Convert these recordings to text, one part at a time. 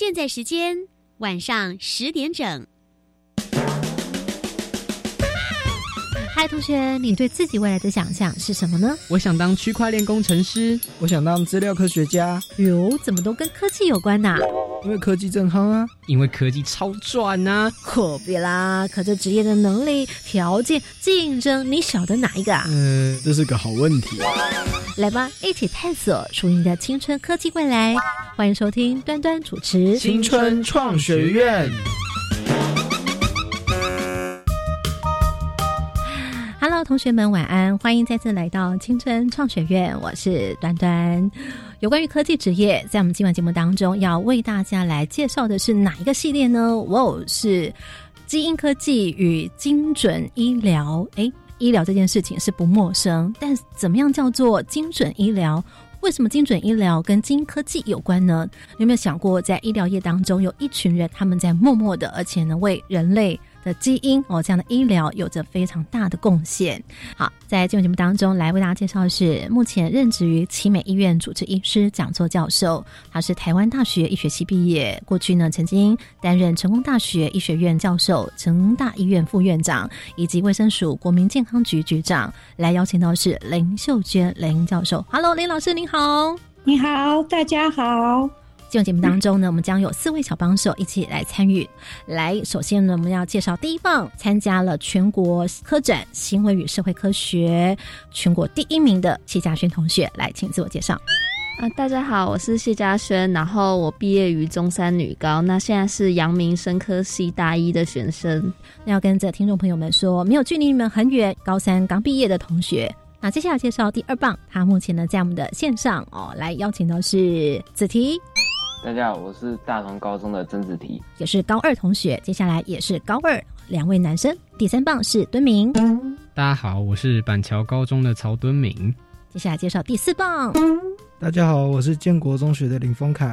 现在时间晚上10点整。 嗨，同学，你对自己未来的想象是什么呢？ 我想当区块链工程师， 我想当资料科学家。 哟，怎么都跟科技有关啊？ 因为科技正夯啊。 因为科技超赚啊。 可别啦，可这职业的能力、条件、竞争，你晓得哪一个啊？ 这是个好问题。 来吧，一起探索属于你的青春科技未来。欢迎收听端端主持青春创学院。 Hello， 同学们晚安，欢迎再次来到青春创学院，我是端端。有关于科技职业，在我们今晚节目当中要为大家来介绍的是哪一个系列呢？是基因科技与精准医疗。医疗这件事情是不陌生，但怎么样叫做精准医疗？为什么精准医疗跟基因科技有关呢？有没有想过，在医疗业当中有一群人，他们在默默的，而且呢为人类的基因这样的医疗有着非常大的贡献。好，在今晚节目当中来为大家介绍的是目前任职于奇美医院主治医师、讲座教授，他是台湾大学医学系毕业，过去呢曾经担任成功大学医学院教授、成大医院副院长以及卫生署国民健康局局长。来邀请到是林秀娟林教授。 Hello， 林老师您好。 你好，大家好。 今晚节目当中呢，我们将有4位小帮手一起来参与。首先呢，我们要介绍第一棒参加了全国科展行为与社会科学全国第1名的谢家轩同学，来请自我介绍。 大家好，我是谢家轩，然后我毕业于中山女高，那现在是阳明生科系大一的学生。 那要跟着听众朋友们说，没有距离你们很远，高3刚毕业的同学。那接下来介绍第2棒，他目前呢在我们的线上来邀请到是子提。 大家好，我是大同高中的曾子提， 也是高2同学，接下来也是高2，2位男生。第3棒是敦明。 大家好，我是板桥高中的曹敦明。 接下来介绍第4棒。 大家好，我是建国中学的林峰凯。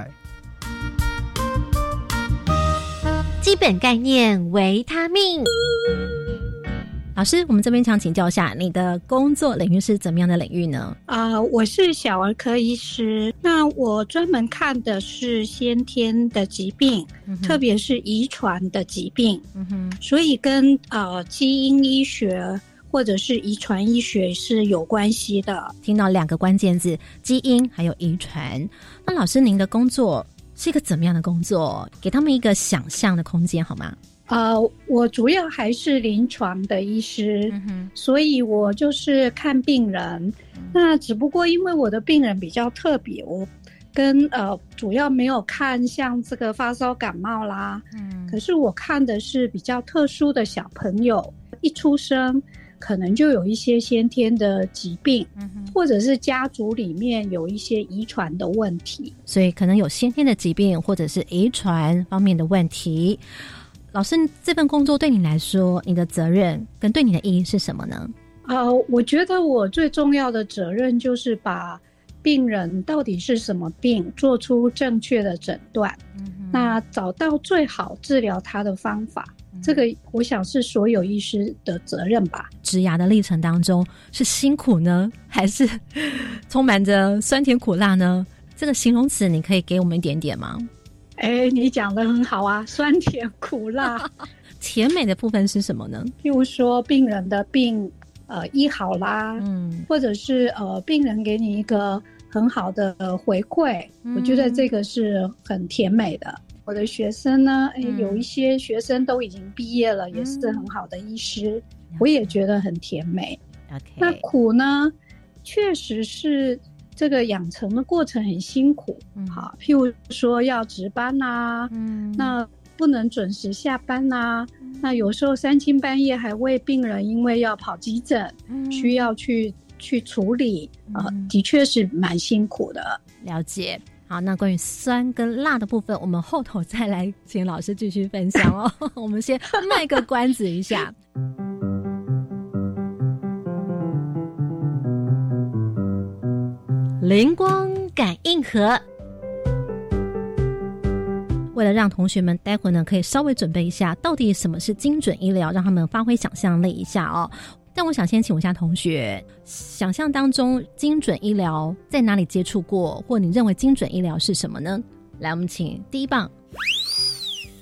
基本概念维他命。老师，我们这边想请教一下，你的工作领域是怎么样的领域呢？ 我是小儿科医师，那我专门看的是先天的疾病，特别是遗传的疾病，所以跟基因医学或者是遗传医学是有关系的。 听到2个关键字，基因还有遗传。那老师，您的工作是一个怎么样的工作？给他们一个想象的空间好吗？ 我主要还是临床的医师，所以我就是看病人。那只不过因为我的病人比较特别，我跟主要没有看像这个发烧感冒啦，可是我看的是比较特殊的小朋友，一出生可能就有一些先天的疾病，或者是家族里面有一些遗传的问题， 所以可能有先天的疾病或者是遗传方面的问题。老师，这份工作对你来说，你的责任跟对你的意义是什么呢？ 我觉得我最重要的责任就是把病人到底是什么病做出正确的诊断，那找到最好治疗他的方法，这个我想是所有医师的责任吧。 职涯的历程当中是辛苦呢，还是充满着酸甜苦辣呢？这个形容词你可以给我们一点点吗？ 你讲得很好啊，酸甜苦辣。 甜美的部分是什么呢？ 譬如说病人的病医好啦，或者是病人给你一个很好的回馈，我觉得这个是很甜美的。我的学生呢，有一些学生都已经毕业了，也是很好的医师，我也觉得很甜美。那苦呢，确实是这个养成的过程很辛苦，好，譬如说要值班啊，那不能准时下班啊，那有时候3更半夜还为病人因为要跑急诊，需要去处理，的确是蛮辛苦的。 了解。好，那关于酸跟辣的部分，我们后头再来请老师继续分享哦。我们先卖个关子一下。灵光感应盒，为了让同学们待会呢可以稍微准备一下，到底什么是精准医疗，让他们发挥想象力一下哦。但我想先请问一下同学，想象当中精准医疗在哪里接触过，或你认为精准医疗是什么呢？来，我们请第一棒。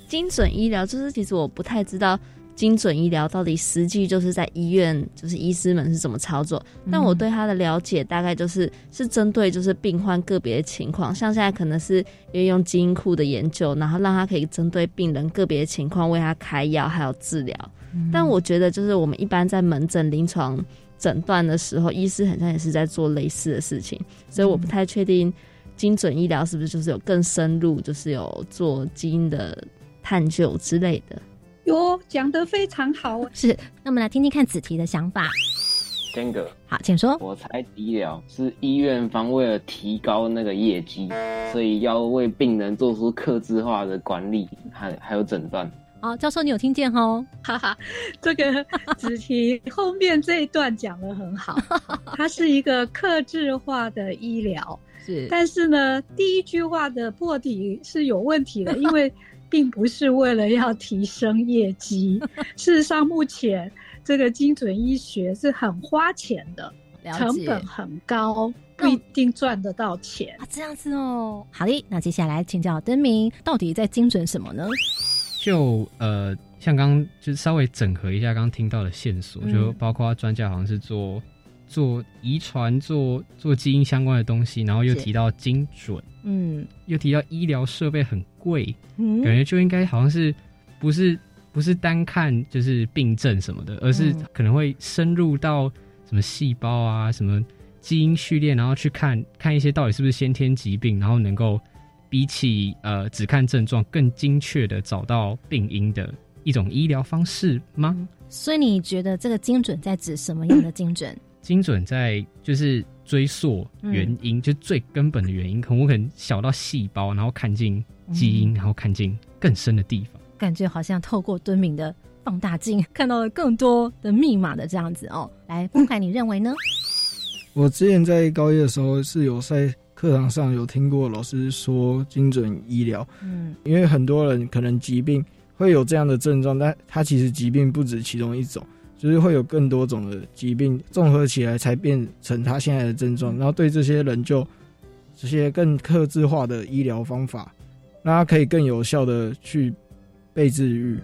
精准医疗就是其实我不太知道精准医疗到底实际就是在医院就是医师们是怎么操作，但我对他的了解大概就是针对就是病患个别的情况，像现在可能是运用基因库的研究，然后让他可以针对病人个别的情况为他开药还有治疗。但我觉得就是我们一般在门诊临床诊断的时候，医师好像也是在做类似的事情，所以我不太确定精准医疗是不是就是有更深入，就是有做基因的探究之类的。 哟，讲得非常好。 是，那我们来听听看子题的想法。 坚哥， 好，请说。 我猜医疗是医院方为了提高那个业绩，所以要为病人做出客制化的管理，还有诊断。 哦，教授你有听见哦？ 哈哈，这个子题后面这一段讲得很好，它是一个客制化的医疗， 是， 但是呢，第一句话的破题是有问题的，因为并不是为了要提升业绩，事实上目前这个精准医学是很花钱的，成本很高，不一定赚得到钱啊。这样子哦。好的，那接下来请教敦明，到底在精准什么呢？ 就像刚刚就是稍微整合一下刚刚听到的线索，就包括专家好像是做遗传、做基因相关的东西，然后又提到精准，又提到医疗设备很贵，感觉就应该好像是不是单看就是病症什么的，而是可能会深入到什么细胞啊、什么基因序列，然后去看一些到底是不是先天疾病，然后能够比起只看症状更精确的找到病因的一种医疗方式吗？ 所以你觉得这个精准在指什么样的精准？ 精准在就是追溯原因，就最根本的原因，可能小到细胞，然后看进基因，然后看进更深的地方。 感觉好像透过敦明的放大镜看到了更多的密码的这样子哦。来，凤凯你认为呢？ 我之前在高一的时候是有在课堂上有听过老师说精准医疗，因为很多人可能疾病会有这样的症状，但他其实疾病不止其中一种，就是会有更多种的疾病综合起来才变成他现在的症状，然后对这些人就这些更客制化的医疗方法，让他可以更有效的去被治愈。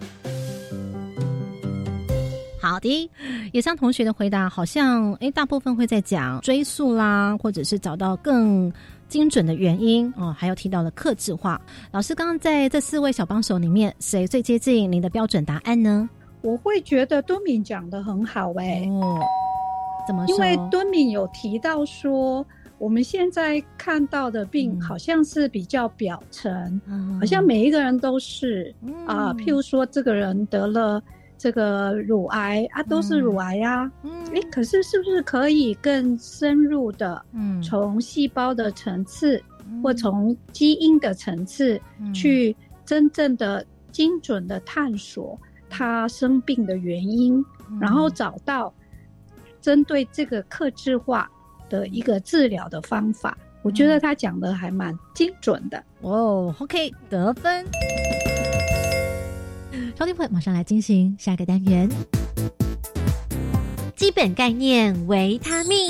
好的，以上同学的回答好像大部分会在讲追溯啦，或者是找到更精准的原因哦，还有提到了客制化。老师刚刚在这4位小帮手里面，谁最接近您的标准答案呢？ 我会觉得敦敏讲得很好怎么说？ 因为敦敏有提到说，我们现在看到的病好像是比较表层，好像每一个人都是譬如说这个人得了这个乳癌啊，都是乳癌啊，可是是不是可以更深入的，从细胞的层次，或从基因的层次，去真正的精准的探索他生病的原因，然后找到针对这个客制化的一个治疗的方法。我觉得他讲的还蛮精准的哦。OK， 得分。收听朋友，马上来进行下一个单元， 基本概念维他命。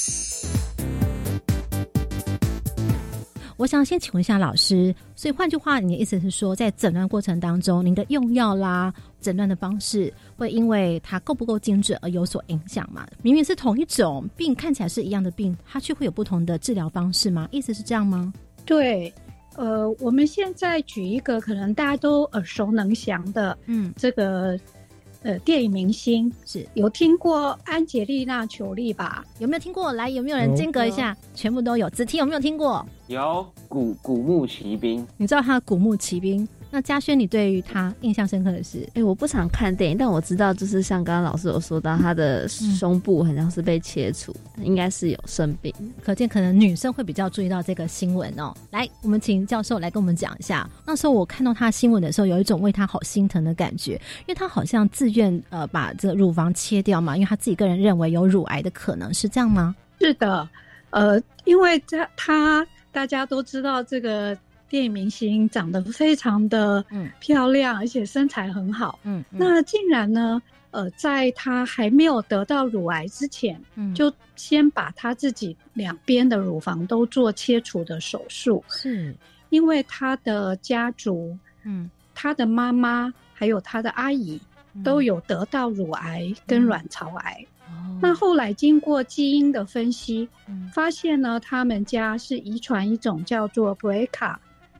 我想先请问一下老师，所以换句话，你的意思是说，在诊断过程当中，您的用药啦、诊断的方式，会因为它够不够精准而有所影响吗？明明是同一种病，看起来是一样的病，它却会有不同的治疗方式吗？意思是这样吗？ 对，我们现在举一个可能大家都耳熟能详的，这个电影明星，是有听过安吉丽娜·裘丽吧？ 有没有听过？来，有没有人间隔一下？全部都有。子提有没有听过？ 有，古墓奇兵。 你知道他的古墓奇兵？那嘉轩，你对于他印象深刻的是？ 我不常看电影，但我知道，就是像刚刚老师有说到，他的胸部好像是被切除，应该是有生病。 可见可能女生会比较注意到这个新闻哦。来，我们请教授来跟我们讲一下。那时候我看到他新闻的时候，有一种为他好心疼的感觉，因为他好像自愿把这个乳房切掉嘛，因为他自己个人认为有乳癌的可能，是这样吗？ 是的，因为他大家都知道这个电影明星长得非常的漂亮，而且身材很好。那竟然呢，在他还没有得到乳癌之前，就先把他自己两边的乳房都做切除的手术。 是因因为他的家族他的妈妈还有他的阿姨都有得到乳癌跟卵巢癌。那后来经过基因的分析，发现呢，他们家是遗传一种叫做 BRCA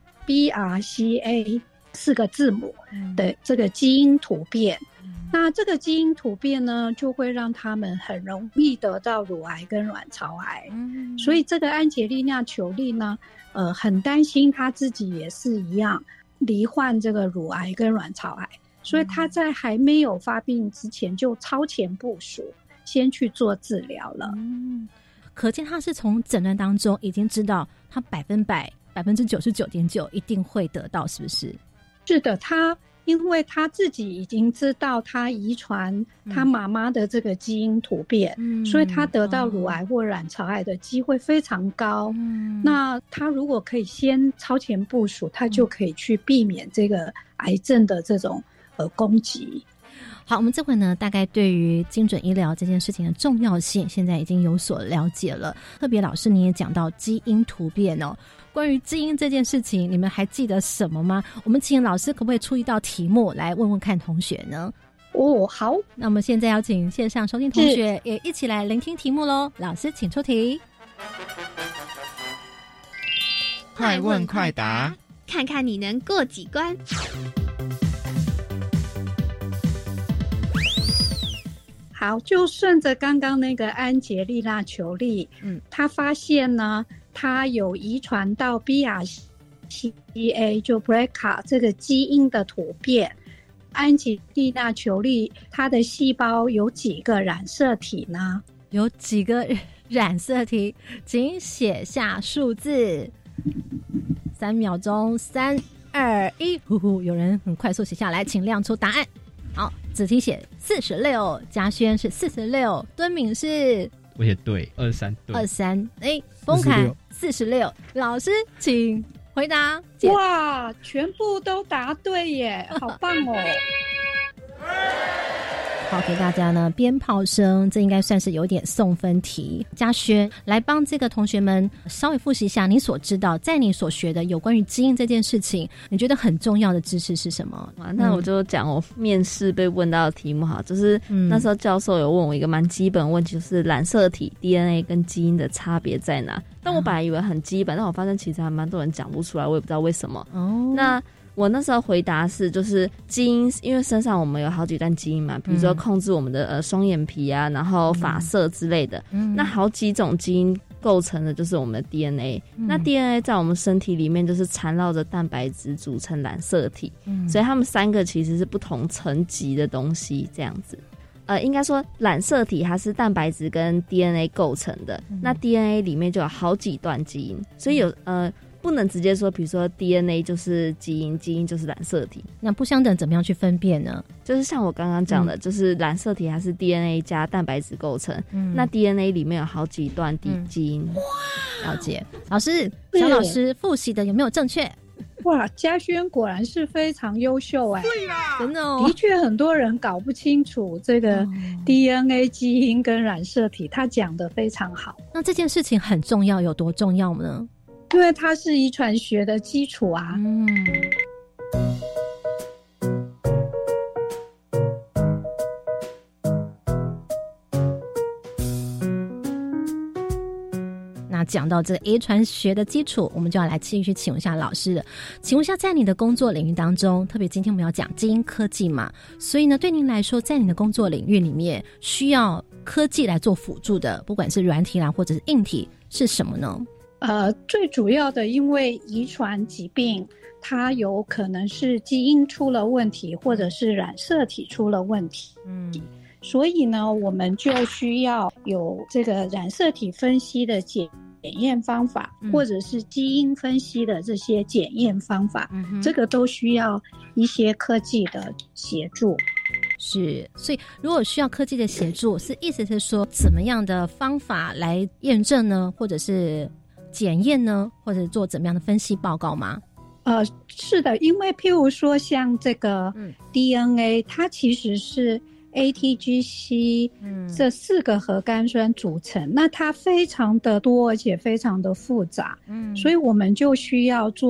4个字母的这个基因突变。那这个基因突变呢，就会让他们很容易得到乳癌跟卵巢癌。所以这个安杰丽娜·裘丽呢，很担心她自己也是一样罹患这个乳癌跟卵巢癌，所以她在还没有发病之前就超前部署，先去做治疗了。 可见她是从诊断当中已经知道她99.9%一定会得到，是不是？ 是的，因为他自己已经知道他遗传他妈妈的这个基因突变，所以他得到乳癌或卵巢癌的机会非常高。那他如果可以先超前部署，他就可以去避免这个癌症的这种攻击。 好，我们这回呢，大概对于精准医疗这件事情的重要性，现在已经有所了解了。特别老师你也讲到基因突变哦，关于基因这件事情，你们还记得什么吗？我们请老师可不可以出一道题目来问问看同学呢？ 好， 那我们现在要请线上收听同学也一起来聆听题目咯。老师请出题。 快问快答， 看看你能过几关。 好，就顺着刚刚那个安杰丽娜·裘丽，她发现呢，她有遗传到 BRCA 就 BRCA 这个基因的突变。安杰丽娜·裘丽她的细胞有几个染色体呢？ 有几个染色体？请写下数字。3秒钟，3、2、1，呼呼，有人很快速写下来，请亮出答案。好，子婷写46，嘉轩是46，敦敏是我写对23，对 23，丰凯46，老师请回答。 哇，全部都答对耶，好棒哦！ 好，给大家呢鞭炮声，这应该算是有点送分题。嘉轩来帮这个同学们稍微复习一下你所知道，在你所学的有关于基因这件事情，你觉得很重要的知识是什么？ 那我就讲我面试被问到的题目哈，就是那时候教授有问我一个蛮基本的问题，就是染色体 DNA 跟基因的差别在哪？但我本来以为很基本，但我发现其实还蛮多人讲不出来，我也不知道为什么。那我那时候回答是，就是基因，因为身上我们有好几段基因嘛，比如说控制我们的双眼皮啊，然后发色之类的，那好几种基因构成的就是我们的 DNA。那 DNA 在我们身体里面就是缠绕着蛋白质组成染色体，所以它们3个其实是不同层级的东西，这样子。应该说染色体它是蛋白质跟 DNA 构成的，那 DNA 里面就有好几段基因，所以有不能直接说比如说 DNA 就是基因，基因就是染色体。 那不相等怎么样去分辨呢？ 就是像我刚刚讲的，就是染色体还是 DNA 加蛋白质构成，那 DNA 里面有好几段基因。 了解。老师，小老师复习的有没有正确？ 哇，嘉轩果然是非常优秀哎， 对啦， 真的哦。 的确很多人搞不清楚这个 DNA 基因跟染色体，他讲得非常好。 那这件事情很重要，有多重要呢？ 因为它是遗传学的基础啊。 那讲到这个遗传学的基础，我们就要来继续请问一下老师了。请问一下，在你的工作领域当中，特别今天我们要讲基因科技嘛，所以呢，对您来说，在你的工作领域里面，需要科技来做辅助的，不管是软体啦，或者是硬体，是什么呢？ 最主要的，因为遗传疾病，它有可能是基因出了问题，或者是染色体出了问题。所以呢，我们就需要有这个染色体分析的检验方法，或者是基因分析的这些检验方法，这个都需要一些科技的协助。 是，所以如果需要科技的协助，是意思是说怎么样的方法来验证呢，或者是检验呢，或者做怎么样的分析报告吗？ 是的，因为譬如说像这个 DNA，它其实是 ATGC 这4个核苷酸组成，那它非常的多，而且非常的复杂，所以我们就需要做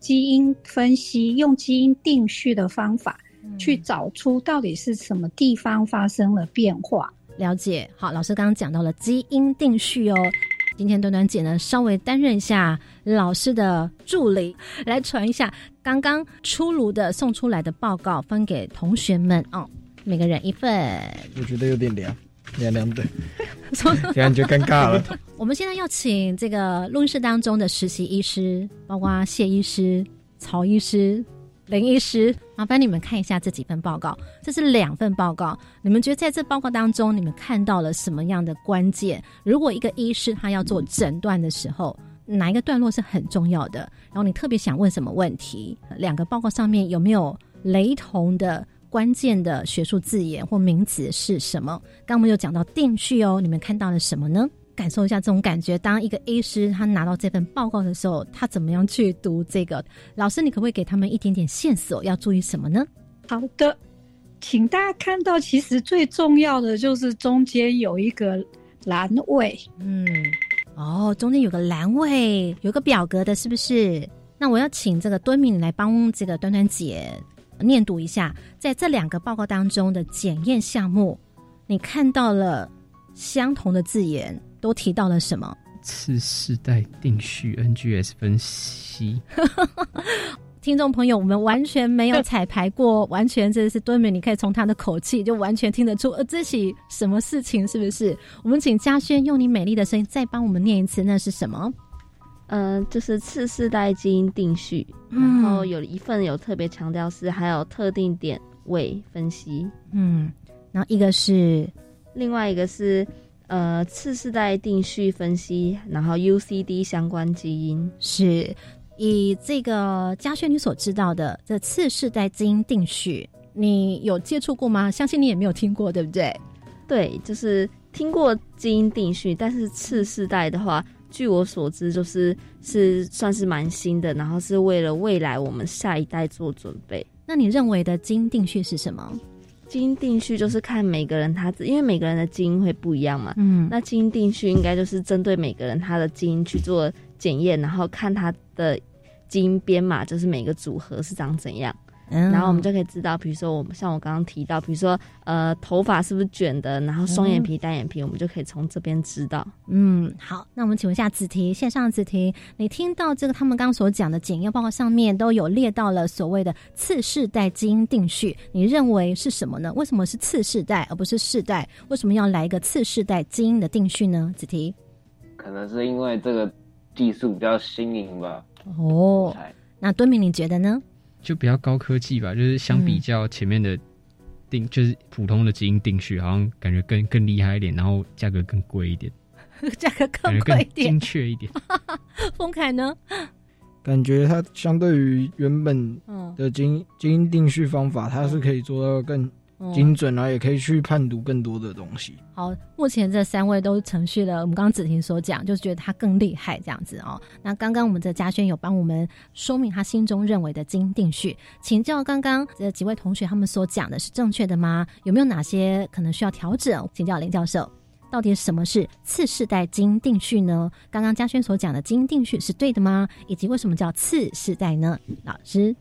基因分析，用基因定序的方法去找出到底是什么地方发生了变化。 了解。好，老师刚刚讲到了基因定序哦。今天端端姐呢稍微担任一下老师的助理，来传一下刚刚出炉的送出来的报告，分给同学们哦，每个人一份。 我觉得有点凉凉的，这样就尴尬了。 我们现在要请这个录音室当中的实习医师，包括谢医师、曹医师、林医师，麻烦你们看一下这几份报告，这是2份报告。你们觉得在这报告当中，你们看到了什么样的关键？如果一个医师他要做诊断的时候，哪一个段落是很重要的？然后你特别想问什么问题？2个报告上面有没有雷同的关键的学术字眼或名词是什么？刚刚我们有讲到定序哦，你们看到了什么呢？感受一下这种感觉，当一个医师他拿到这份报告的时候，他怎么样去读这个？老师你可不可以给他们一点点线索，要注意什么呢？ 好的，请大家看到其实最重要的就是中间有一个栏位。 中间有个栏位，有个表格的，是不是？那我要请这个敦敏来帮这个端端姐念读一下，在这2个报告当中的检验项目，你看到了相同的字眼，都提到了什么？ 次世代定序 NGS 分析。 听众朋友，我们完全没有彩排过，完全这是敦敏，你可以从他的口气就完全听得出，这是什么事情，是不是？我们请嘉轩用你美丽的声音再帮我们念一次，那是什么？ 就是次世代基因定序，然后有一份有特别强调是还有特定点位分析， 然后另外一个是次世代定序分析，然后 UCD 相关基因。 是以这个嘉轩你所知道的这次世代基因定序，你有接触过吗？相信你也没有听过，对不对？ 对，就是听过基因定序，但是次世代的话，据我所知是算是蛮新的，然后是为了未来我们下一代做准备。 那你认为的基因定序是什么？ 基因定序就是看每个人因为每个人的基因会不一样嘛，那基因定序应该就是针对每个人他的基因去做检验，然后看他的基因编码，就是每个组合是长怎样，然后我们就可以知道，比如说像我刚刚提到，比如说头发是不是卷的，然后双眼皮单眼皮，我们就可以从这边知道。 好，那我们请问一下子题，线上的子题，你听到这个他们刚刚所讲的检验报告上面都有列到了所谓的次世代基因定序，你认为是什么呢？为什么是次世代而不是世代？为什么要来一个次世代基因的定序呢？子题， 可能是因为这个技术比较新颖吧。 那敦敏你觉得呢？ 就比较高科技吧，就是相比较前面的就是普通的基因定序，好像感觉更厉害一点，然后价格更贵一点， 价格更贵一点， 精确一点。 丰凯呢？ 感觉它相对于原本的基因定序方法，它是可以做到更精准，然后也可以去判读更多的东西。 好，目前这3位都承续了我们刚刚子婷所讲，就是觉得他更厉害这样子哦。那刚刚我们的嘉轩有帮我们说明他心中认为的基因定序，请教刚刚这几位同学他们所讲的是正确的吗？有没有哪些可能需要调整？请教林教授，到底什么是次世代基因定序呢？刚刚嘉轩所讲的基因定序是对的吗？以及为什么叫次世代呢？老师，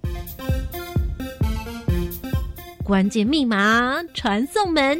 关键密码传送门。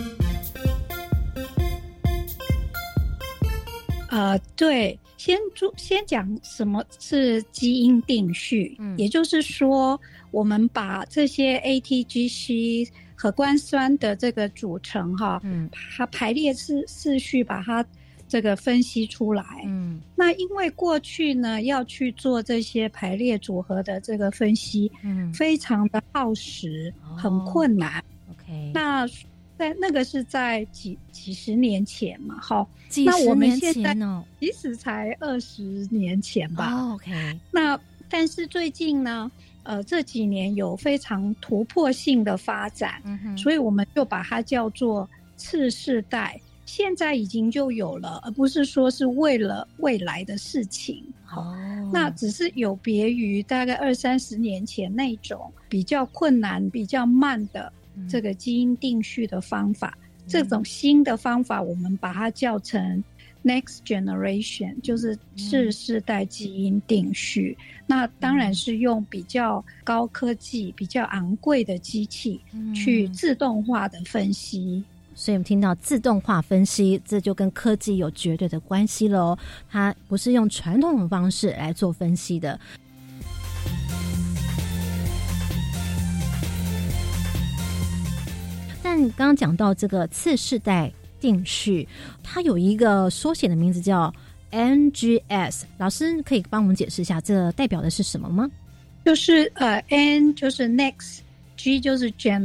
对，先讲什么是基因定序，也就是说，我们把这些 ATGC 核苷酸的这个组成它排列次序把它这个分析出来。那因为过去呢要去做这些排列组合的这个分析，非常的耗时，很困难。 OK， 那那个是在几十年前嘛， 几十年前哦， 其实才20年前吧。 OK， 那但是最近呢，这几年有非常突破性的发展，所以我们就把它叫做次世代。现在已经就有了，而不是说是为了未来的事情。那只是有别于大概20-30年前那种比较困难、比较慢的这个基因定序的方法。这种新的方法，我们把它叫成 Next Generation， 就是次世代基因定序。那当然是用比较高科技、比较昂贵的机器去自动化的分析。 所以我们听到自动化分析，这就跟科技有绝对的关系了，它不是用传统的方式来做分析的。但刚刚讲到这个次世代定序，它有一个缩写的名字叫 NGS， 老师可以帮我们解释一下这代表的是什么吗？ 就是N 就是 Next，G 就是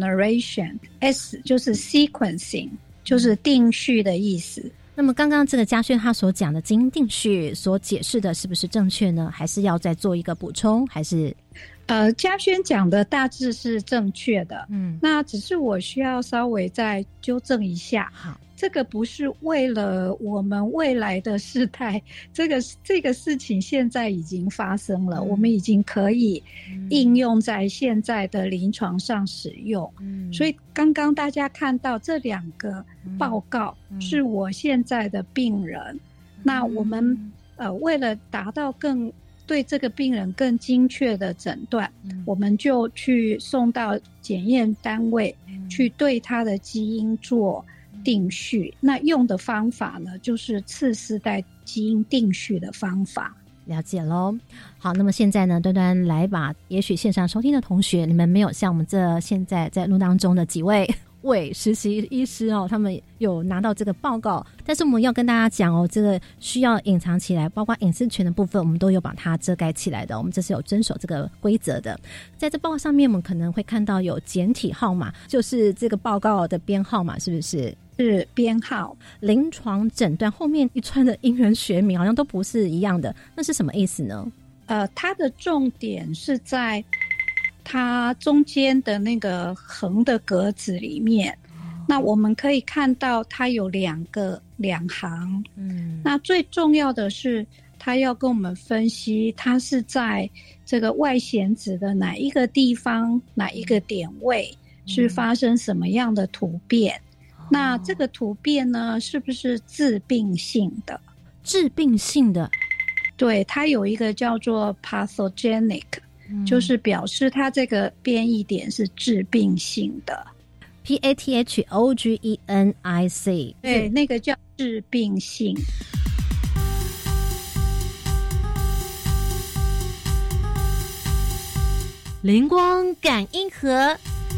Generation，S 就是 Sequencing， 就是定序的意思。 那么刚刚这个嘉轩他所讲的基因定序所解释的是不是正确呢？还是要再做一个补充？还是嘉轩讲的大致是正确的，那只是我需要稍微再纠正一下。 好， 这个不是为了我们未来的世代，这个事情现在已经发生了，我们已经可以应用在现在的临床上使用。所以刚刚大家看到这2个报告是我现在的病人，那我们为了达到更对这个病人更精确的诊断，我们就去送到检验单位去对他的基因做定序。那用的方法呢，就是次世代基因定序的方法。 了解咯。好，那么现在呢，端端来把也许线上收听的同学，你们没有像我们这现在在录当中的几位实习医师他们有拿到这个报告，但是我们要跟大家讲这个需要隐藏起来，包括隐私权的部分我们都有把它遮盖起来的，我们这是有遵守这个规则的。在这报告上面我们可能会看到有简体号码，就是这个报告的编号嘛，是不是？ 是编号。 临床诊断后面一串的英文学名好像都不是一样的，那是什么意思呢？ 它的重点是在它中间的那个横的格子里面，那我们可以看到它有两行，那最重要的是它要跟我们分析它是在这个外显子的哪一个地方哪一个点位是发生什么样的突变，那这个突变呢是不是致病性的？ 致病性的， 对，它有一个叫做 pathogenic，就是表示它这个变异点是致病性的 PATHOGENIC， 对，那个叫致病性。 灵光感应盒，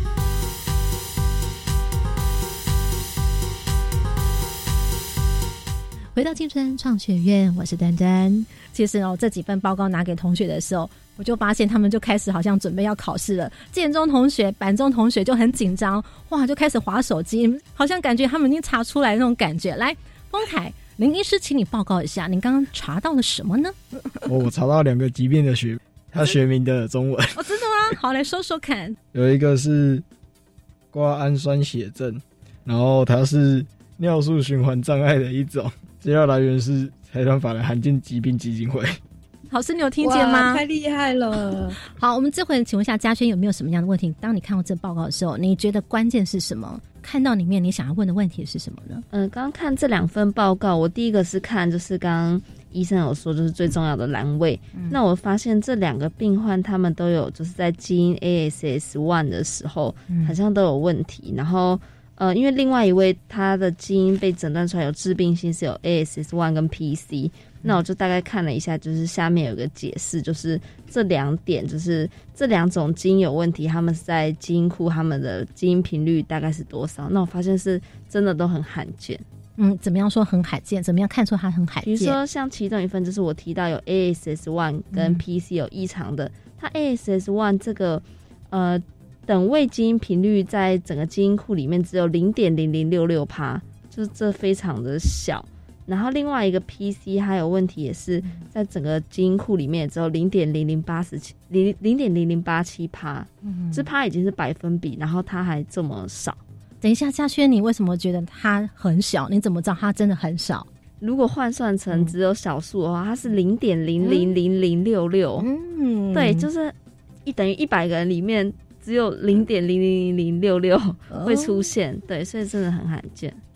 回到青春创学院，我是端端。其实这几份报告拿给同学的时候，我就发现他们就开始好像准备要考试了。建中同学、板中同学就很紧张，哇，就开始滑手机，好像感觉他们已经查出来那种感觉。来，丰凯林医师，请你报告一下，您刚刚查到了什么呢？ 我查到2个疾病的它学名的中文。 真的吗？好，来说说看。 有一个是瓜氨酸血症，然后它是尿素循环障碍的一种，资料来源是财团法人罕见疾病基金会。 老师，你有听见吗？ 太厉害了！ 好，我们这回请问一下嘉轩有没有什么样的问题？当你看到这报告的时候，你觉得关键是什么？看到里面你想要问的问题是什么呢？ 刚刚看这2份报告，我第一个是看就是刚刚医生有说就是最重要的栏位，那我发现这2个病患他们都有就是在基因 ASS1 的时候好像都有问题，然后因为另外一位他的基因被诊断出来有致病性，是有 ASS1 跟 PC， 那我就大概看了一下，就是下面有个解释，就是这2点，就是这2种基因有问题，他们是在基因库他们的基因频率大概是多少，那我发现是真的都很罕见。 怎么样说很罕见？怎么样看出它很罕见？ 比如说像其中一份就是我提到有 ASS1 跟 PC 有异常的，它 ASS1 这个等位基因频率在整个基因库里面只有 0.0066%， 就是这非常的小。然后另外一个 PC 它有问题，也是在整个基因库里面只有 0.0087%， 这趴已经是百分比，然后它还这么少。 等一下，嘉轩，你为什么觉得它很小？你怎么知道它真的很少？ 如果换算成只有小数的话，它是 0.000066，对，就是等于100个人里面只有 0.000066 会出现，对，所以真的很罕见。 好，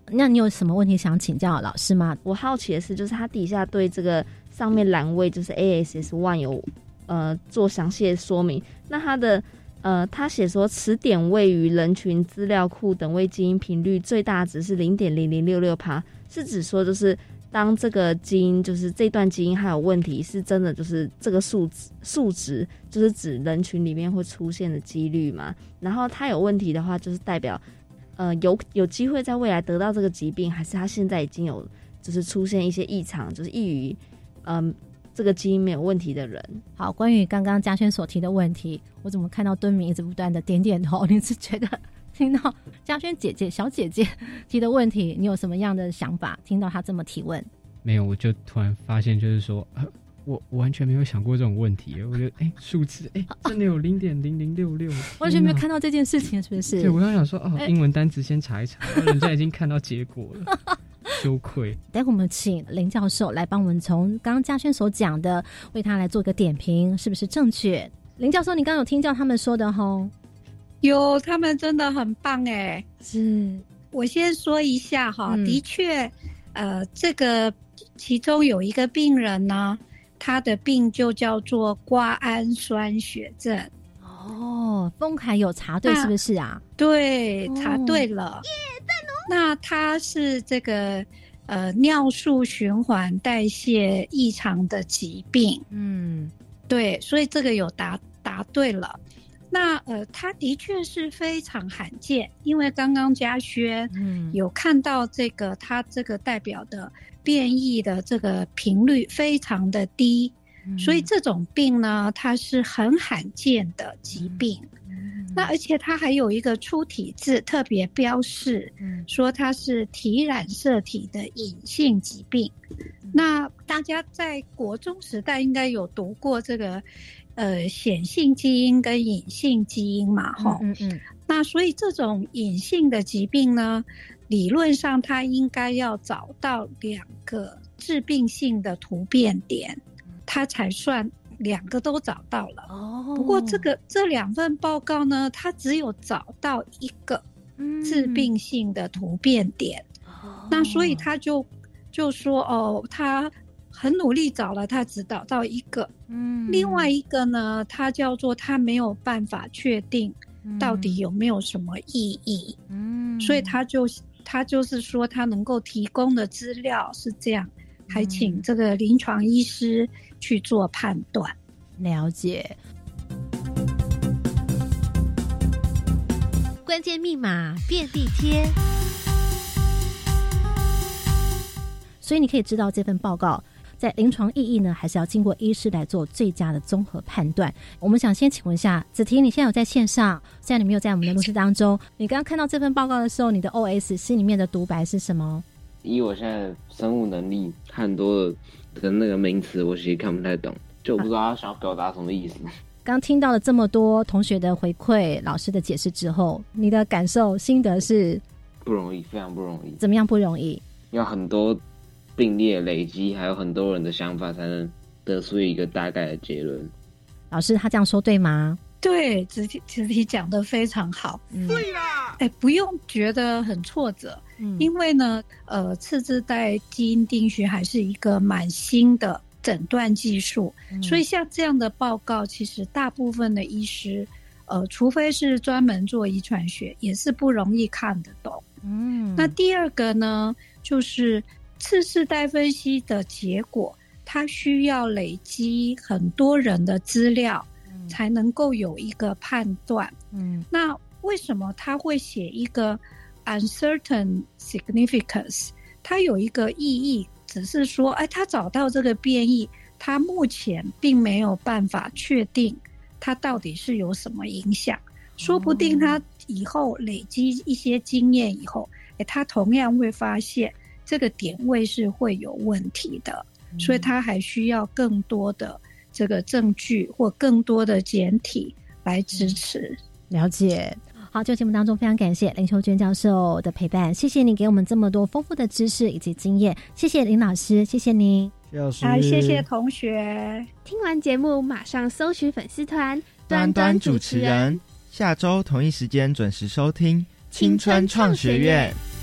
那你有什么问题想请教老师吗？ 我好奇的是，就是他底下对这个上面栏位就是 ASS1 有做详细的说明。那他的他写说此点位于人群资料库等位基因频率最大值是 0.0066%， 是指说就是当这个基因就是这段基因还有问题，是真的就是这个数值就是指人群里面会出现的几率嘛？然后它有问题的话，就是代表有机会在未来得到这个疾病，还是他现在已经有就是出现一些异常，就是异于这个基因没有问题的人。 好，关于刚刚嘉轩所提的问题，我怎么看到敦明一直不断的点点头？你是觉得听到嘉轩小姐姐提的问题，你有什么样的想法？听到她这么提问？ 没有，我就突然发现，就是说，我完全没有想过这种问题。我觉得，数字，真的有0.0066， 完全没有看到这件事情，是不是？ 对，我刚想说，英文单词先查一查，人家已经看到结果了。羞愧。 待会我们请林教授来帮我们从刚刚嘉轩所讲的，为他来做个点评，是不是正确？林教授，你刚刚有听到他们说的吼？ 有，他们真的很棒哎。 是， 我先说一下哈，的确，这个其中有一个病人呢，他的病就叫做瓜氨酸血症。 哦，丰凯有查对是不是啊？ 对，查对了。那他是这个尿素循环代谢异常的疾病。对，所以这个有答对了。那它的确是非常罕见，因为刚刚嘉轩有看到这个它这个代表的变异的这个频率非常的低，所以这种病呢，它是很罕见的疾病。那而且它还有一个出体字特别标示，说它是体染色体的隐性疾病。那大家在国中时代应该有读过这个显性基因跟隐性基因嘛，那所以这种隐性的疾病呢，理论上它应该要找到2个致病性的突变点，它才算2个都找到了。不过这2份报告呢，它只有找到1个致病性的突变点。那所以他就说他很努力找了，他只找到1个。另外一个呢，他叫做他没有办法确定到底有没有什么意义。所以他就是说他能够提供的资料是这样，还请这个临床医师去做判断。 了解。 关键密码便利贴。 所以你可以知道这份报告在临床意义呢，还是要经过医师来做最佳的综合判断。我们想先请问一下子婷，你现在有在线上，虽然你没有在我们的录制当中，你刚刚看到这份报告的时候，你的 OS 心里面的独白是什么？ 以我现在生物能力，很多的那个名词我其实看不太懂，就我不知道他想要表达什么意思。 刚听到了这么多同学的回馈、老师的解释之后，你的感受、心得是？ 不容易，非常不容易。 怎么样不容易？ 要很多并列累积，还有很多人的想法，才能得出一个大概的结论。 老师他这样说对吗？ 对，子婷讲得非常好。对啦，不用觉得很挫折，因为呢，次世代基因定序还是一个蛮新的诊断技术，所以像这样的报告，其实大部分的医师，除非是专门做遗传学，也是不容易看得懂。那第二个呢，就是次世代分析的结果，它需要累积很多人的资料，才能够有一个判断。那为什么他会写一个 uncertain significance？ 它有一个意义，只是说，他找到这个变异，他目前并没有办法确定它到底是有什么影响。说不定他以后累积一些经验以后，他同样会发现这个点位是会有问题的，所以他还需要更多的这个证据或更多的检体来支持。 了解。好，这个节目当中非常感谢林秋娟教授的陪伴，谢谢你给我们这么多丰富的知识以及经验，谢谢林老师，谢谢您。 好，谢谢同学。 听完节目马上搜寻粉丝团端端主持人，下周同一时间准时收听青春创学院。